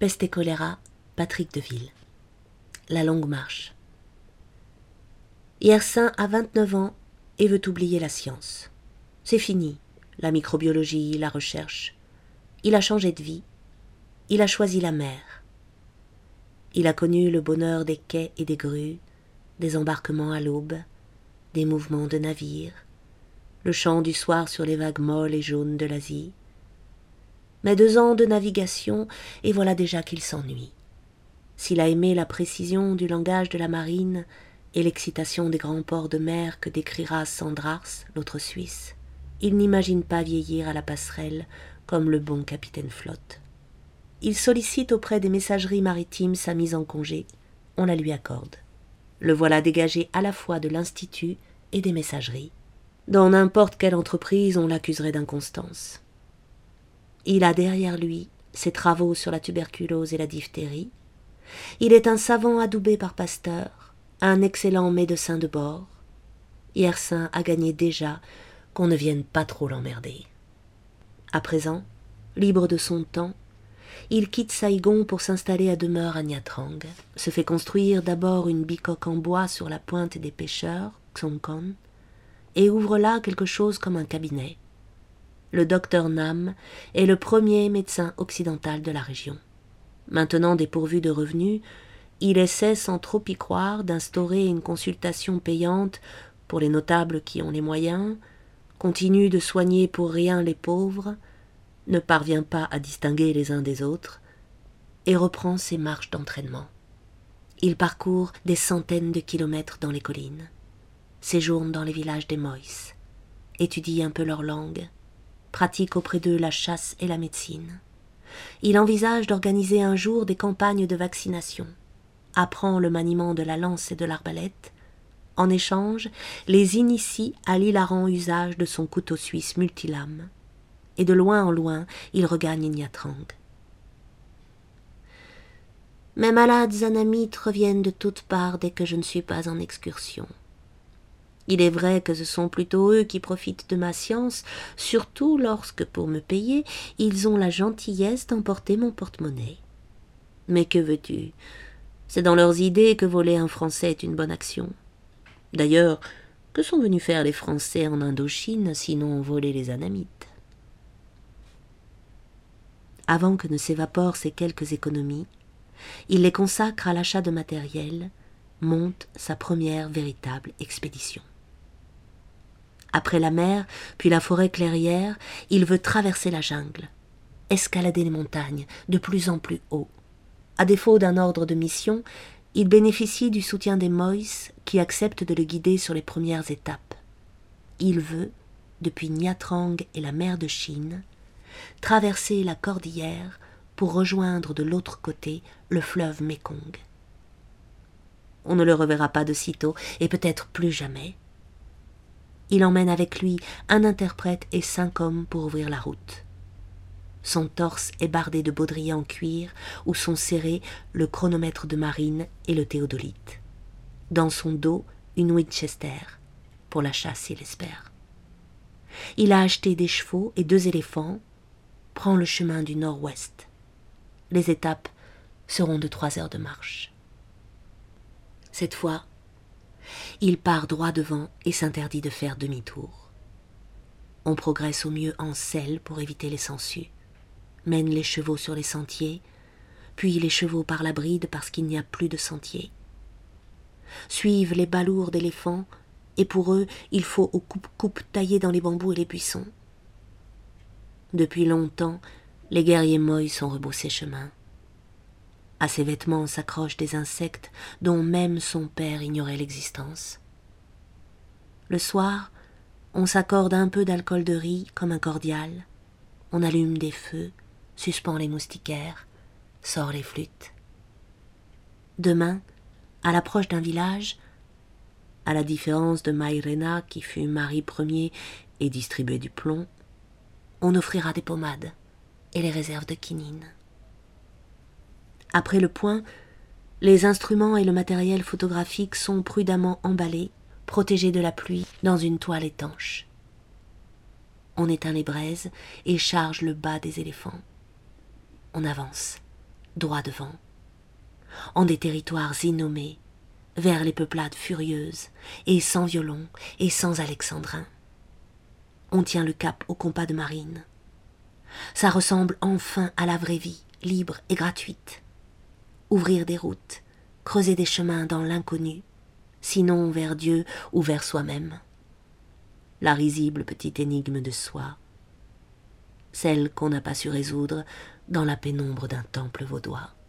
Peste et choléra, Patrick Deville. La longue marche. Yersin a 29 ans et veut oublier la science. C'est fini, la microbiologie, la recherche. Il a changé de vie. Il a choisi la mer. Il a connu le bonheur des quais et des grues, des embarquements à l'aube, des mouvements de navires, le chant du soir sur les vagues molles et jaunes de l'Asie. Mais 2 ans de navigation, et voilà déjà qu'il s'ennuie. S'il a aimé la précision du langage de la marine et l'excitation des grands ports de mer que décrira Sandrars, l'autre Suisse, il n'imagine pas vieillir à la passerelle comme le bon capitaine Flotte. Il sollicite auprès des messageries maritimes sa mise en congé, on la lui accorde. Le voilà dégagé à la fois de l'Institut et des messageries. Dans n'importe quelle entreprise, on l'accuserait d'inconstance. Il a derrière lui ses travaux sur la tuberculose et la diphtérie. Il est un savant adoubé par Pasteur, un excellent médecin de bord. Yersin a gagné déjà qu'on ne vienne pas trop l'emmerder. À présent, libre de son temps, il quitte Saïgon pour s'installer à demeure à Nha Trang, se fait construire d'abord une bicoque en bois sur la pointe des pêcheurs, Xongkon, et ouvre là quelque chose comme un cabinet. Le docteur Nam est le premier médecin occidental de la région. Maintenant dépourvu de revenus, il essaie sans trop y croire d'instaurer une consultation payante pour les notables qui ont les moyens, continue de soigner pour rien les pauvres, ne parvient pas à distinguer les uns des autres, et reprend ses marches d'entraînement. Il parcourt des centaines de kilomètres dans les collines, séjourne dans les villages des Moïs, étudie un peu leur langue, pratique auprès d'eux la chasse et la médecine. Il envisage d'organiser un jour des campagnes de vaccination, apprend le maniement de la lance et de l'arbalète, en échange les initie à l'hilarant usage de son couteau suisse multilame, et de loin en loin il regagne Nha Trang. Mes malades anamites reviennent de toutes parts dès que je ne suis pas en excursion. Il est vrai que ce sont plutôt eux qui profitent de ma science, surtout lorsque, pour me payer, ils ont la gentillesse d'emporter mon porte-monnaie. Mais que veux-tu ? C'est dans leurs idées que voler un Français est une bonne action. D'ailleurs, que sont venus faire les Français en Indochine, sinon voler les Anamites ? Avant que ne s'évaporent ces quelques économies, il les consacre à l'achat de matériel, monte sa première véritable expédition. Après la mer, puis la forêt clairière, il veut traverser la jungle, escalader les montagnes, de plus en plus haut. À défaut d'un ordre de mission, il bénéficie du soutien des Moïs qui acceptent de le guider sur les premières étapes. Il veut, depuis Nha Trang et la mer de Chine, traverser la cordillère pour rejoindre de l'autre côté le fleuve Mékong. On ne le reverra pas de sitôt, et peut-être plus jamais. Il emmène avec lui un interprète et 5 hommes pour ouvrir la route. Son torse est bardé de baudriers en cuir où sont serrés le chronomètre de marine et le théodolite. Dans son dos, une Winchester, pour la chasse s'il espère. Il a acheté des chevaux et 2 éléphants, prend le chemin du nord-ouest. Les étapes seront de 3 heures de marche. Cette fois, il part droit devant et s'interdit de faire demi-tour. On progresse au mieux en selle pour éviter les sangsues, mène les chevaux sur les sentiers, puis les chevaux par la bride parce qu'il n'y a plus de sentiers. Suivent les balourds d'éléphants, et pour eux, il faut aux coupe-coupe tailler dans les bambous et les buissons. Depuis longtemps, les guerriers Moïs ont rebroussé chemin. À ses vêtements s'accrochent des insectes dont même son père ignorait l'existence. Le soir, on s'accorde un peu d'alcool de riz comme un cordial, on allume des feux, suspend les moustiquaires, sort les flûtes. Demain, à l'approche d'un village, à la différence de Maïrena qui fut mari premier et distribuait du plomb, on offrira des pommades et les réserves de quinine. Après le point, les instruments et le matériel photographique sont prudemment emballés, protégés de la pluie, dans une toile étanche. On éteint les braises et charge le bas des éléphants. On avance, droit devant, en des territoires innommés, vers les peuplades furieuses, et sans violon, et sans alexandrin. On tient le cap au compas de marine. Ça ressemble enfin à la vraie vie, libre et gratuite. Ouvrir des routes, creuser des chemins dans l'inconnu, sinon vers Dieu ou vers soi-même. La risible petite énigme de soi, celle qu'on n'a pas su résoudre dans la pénombre d'un temple vaudois.